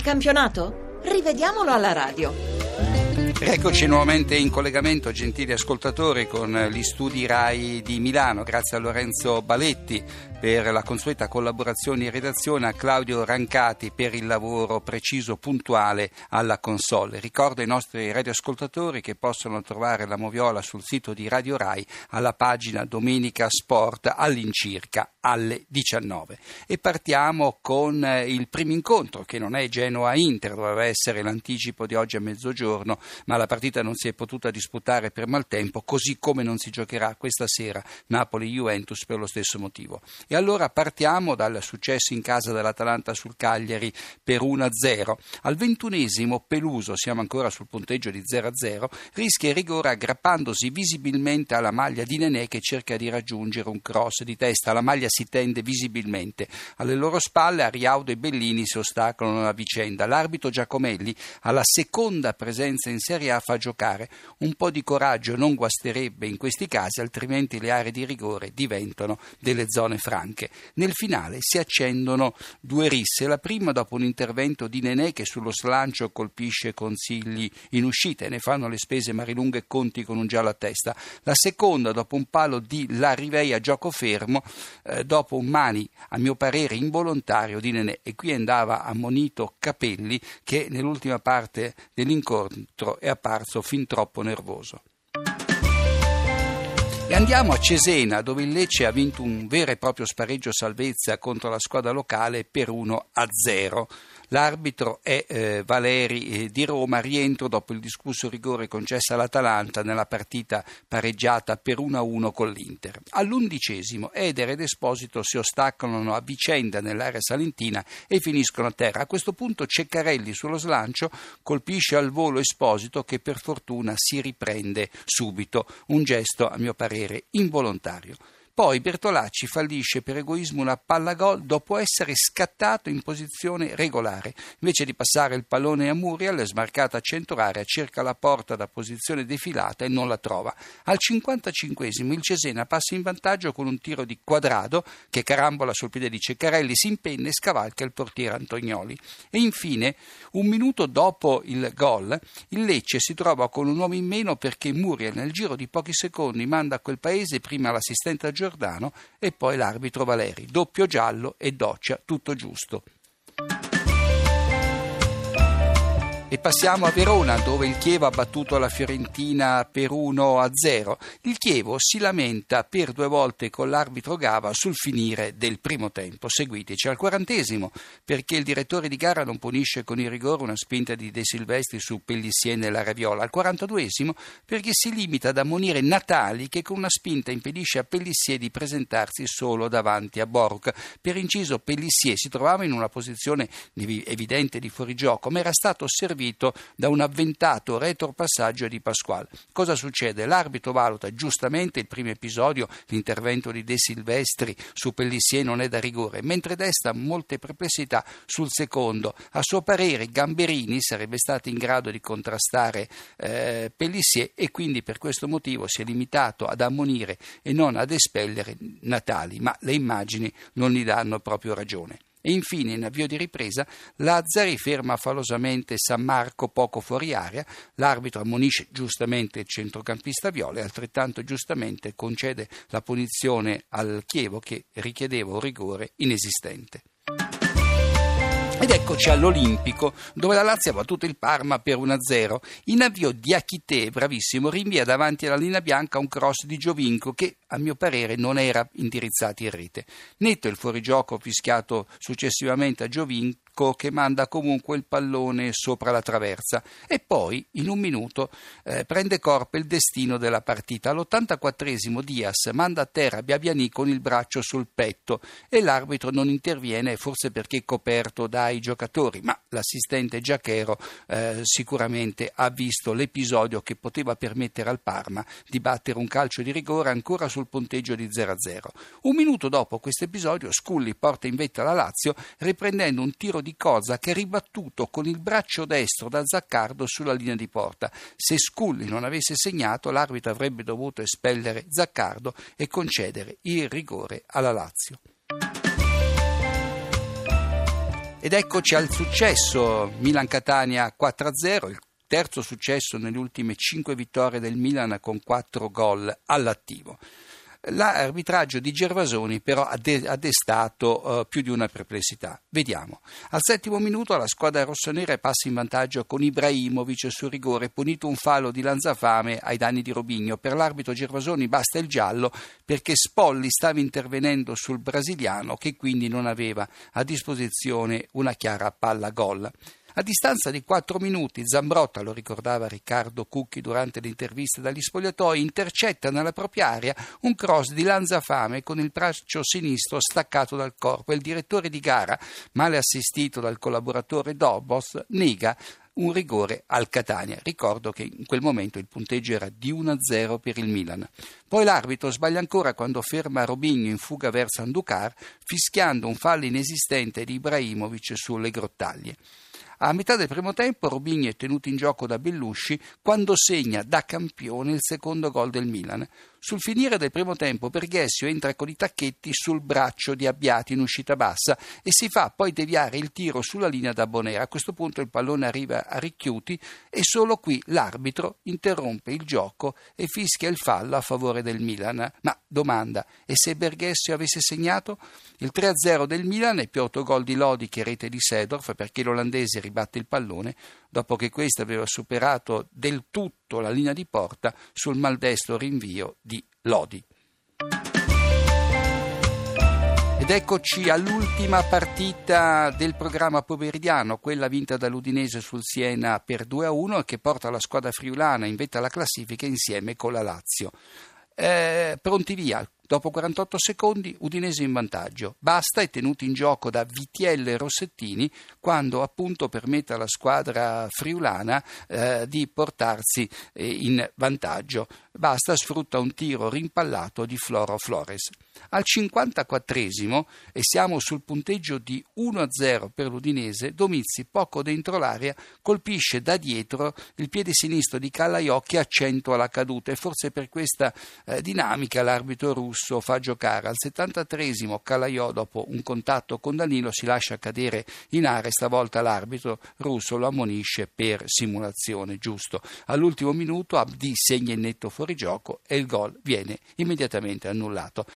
campionato? Rivediamolo alla radio. Eccoci nuovamente in collegamento, gentili ascoltatori, con gli studi RAI di Milano. Grazie a Lorenzo Baletti per la consueta collaborazione in redazione, a Claudio Rancati per il lavoro preciso, puntuale alla console. Ricordo ai nostri radioascoltatori che possono trovare la Moviola sul sito di Radio RAI alla pagina Domenica Sport all'incirca alle 19. E partiamo con il primo incontro, che non è Genoa-Inter, doveva essere l'anticipo di oggi a mezzogiorno, ma la partita non si è potuta disputare per maltempo, così come non si giocherà questa sera Napoli-Juventus per lo stesso motivo. E allora partiamo dal successo in casa dell'Atalanta sul Cagliari per 1-0. Al 21esimo Peluso, siamo ancora sul punteggio di 0-0, rischia il rigore aggrappandosi visibilmente alla maglia di Nenè, che cerca di raggiungere un cross di testa. La maglia si tende visibilmente. Alle loro spalle Ariaudo e Bellini si ostacolano la vicenda. L'arbitro Giacomelli, alla seconda presenza in Serie A, fa giocare. Un po' di coraggio non guasterebbe in questi casi, altrimenti le aree di rigore diventano delle zone franche. Nel finale si accendono due risse, la prima dopo un intervento di Nenè che sullo slancio colpisce Consigli in uscita e ne fanno le spese Marilunga e Conti con un giallo a testa, la seconda dopo un palo di Larrivei a gioco fermo, dopo un mani a mio parere involontario di Nenè, e qui andava ammonito Capelli, che nell'ultima parte dell'incontro è apparso fin troppo nervoso. E andiamo a Cesena, dove il Lecce ha vinto un vero e proprio spareggio salvezza contro la squadra locale per 1-0. L'arbitro è Valeri di Roma, rientro dopo il discusso rigore concesso all'Atalanta nella partita pareggiata per 1-1 con l'Inter. All'11esimo Eder ed Esposito si ostacolano a vicenda nell'area salentina e finiscono a terra. A questo punto Ceccarelli sullo slancio colpisce al volo Esposito, che per fortuna si riprende subito, un gesto a mio parere involontario. Poi Bertolacci fallisce per egoismo una palla gol dopo essere scattato in posizione regolare. Invece di passare il pallone a Muriel, smarcata a centro area, cerca la porta da posizione defilata e non la trova. Al 55esimo il Cesena passa in vantaggio con un tiro di Quadrado che carambola sul piede di Ceccarelli, si impenna e scavalca il portiere Antonioli. E infine, un minuto dopo il gol, il Lecce si trova con un uomo in meno perché Muriel nel giro di pochi secondi manda a quel paese prima l'assistente Giordano e poi l'arbitro Valeri. Doppio giallo e doccia, tutto giusto. E passiamo a Verona, dove il Chievo ha battuto la Fiorentina per 1-0. Il Chievo si lamenta per 2 volte con l'arbitro Gava sul finire del primo tempo. Seguiteci. Al 40esimo, perché il direttore di gara non punisce con il rigore una spinta di De Silvestri su Pellissier nella Raviola. Al 42esimo, perché si limita ad ammonire Natali, che con una spinta impedisce a Pellissier di presentarsi solo davanti a Borg. Per inciso, Pellissier si trovava in una posizione evidente di fuorigioco, ma era stato servito da un avventato retropassaggio di Pasquale. Cosa succede? L'arbitro valuta giustamente il primo episodio, l'intervento di De Silvestri su Pellissier non è da rigore, mentre desta molte perplessità sul secondo. A suo parere Gamberini sarebbe stato in grado di contrastare Pellissier e quindi per questo motivo si è limitato ad ammonire e non ad espellere Natali, ma le immagini non gli danno proprio ragione. E infine, in avvio di ripresa, Lazzari ferma falosamente San Marco poco fuori area, l'arbitro ammonisce giustamente il centrocampista viola e altrettanto giustamente concede la punizione al Chievo, che richiedeva un rigore inesistente. Ed eccoci all'Olimpico, dove la Lazio ha battuto il Parma per 1-0. In avvio Diakité, bravissimo, rinvia davanti alla linea bianca un cross di Giovinco che, a mio parere, non era indirizzato in rete. Netto il fuorigioco fischiato successivamente a Giovinco, che manda comunque il pallone sopra la traversa, e poi in un minuto prende corpo il destino della partita. All'84esimo Diaz manda a terra Biabiani con il braccio sul petto e l'arbitro non interviene, forse perché coperto dai giocatori, ma l'assistente Giachero sicuramente ha visto l'episodio che poteva permettere al Parma di battere un calcio di rigore ancora sul punteggio di 0-0. Un minuto dopo questo episodio Scully porta in vetta la Lazio riprendendo un tiro di Cozza che è ribattuto con il braccio destro da Zaccardo sulla linea di porta. Se Scully non avesse segnato, l'arbitro avrebbe dovuto espellere Zaccardo e concedere il rigore alla Lazio. Ed eccoci al successo, Milan-Catania 4-0, il terzo successo nelle ultime 5 vittorie del Milan con 4 gol all'attivo. L'arbitraggio di Gervasoni però ha destato più di una perplessità. Vediamo. Al 7° minuto la squadra rossonera passa in vantaggio con Ibrahimovic sul rigore, punito un fallo di Lanzafame ai danni di Robinho. Per l'arbitro Gervasoni basta il giallo perché Spolli stava intervenendo sul brasiliano, che quindi non aveva a disposizione una chiara palla gol. A distanza di 4 minuti Zambrotta, lo ricordava Riccardo Cucchi durante l'intervista dagli spogliatoi, intercetta nella propria area un cross di Lanzafame con il braccio sinistro staccato dal corpo e il direttore di gara, male assistito dal collaboratore Dobos, nega un rigore al Catania. Ricordo che in quel momento il punteggio era di 1-0 per il Milan. Poi l'arbitro sbaglia ancora quando ferma Robinho in fuga verso Anducar, fischiando un fallo inesistente di Ibrahimovic sulle grottaglie. A metà del primo tempo Robinho è tenuto in gioco da Bellusci quando segna da campione il secondo gol del Milan. Sul finire del primo tempo Berghessio entra con i tacchetti sul braccio di Abbiati in uscita bassa e si fa poi deviare il tiro sulla linea da Bonera. A questo punto il pallone arriva a Ricchiuti e solo qui l'arbitro interrompe il gioco e fischia il fallo a favore del Milan. Ma domanda, e se Berghessio avesse segnato? Il 3-0 del Milan è più autogol di Lodi che rete di Seedorf, perché l'olandese ribatte il pallone dopo che questo aveva superato del tutto la linea di porta sul maldestro rinvio di Lodi. Ed eccoci all'ultima partita del programma pomeridiano, quella vinta dall'Udinese sul Siena per 2-1 e che porta la squadra friulana in vetta alla classifica insieme con la Lazio. Pronti via. Dopo 48 secondi Udinese in vantaggio. Basta è tenuto in gioco da Vitiello e Rossettini quando appunto permette alla squadra friulana di portarsi in vantaggio. Basta sfrutta un tiro rimpallato di Floro Flores. Al 54esimo e siamo sul punteggio di 1-0 per l'Udinese, Domizzi poco dentro l'area colpisce da dietro il piede sinistro di Calaiò che accentua la caduta e forse per questa dinamica l'arbitro russo fa giocare. Al 73esimo Calaiò, dopo un contatto con Danilo, si lascia cadere in area e stavolta l'arbitro russo lo ammonisce per simulazione. Giusto. All'ultimo minuto Abdi segna il netto fuorigioco e il gol viene immediatamente annullato.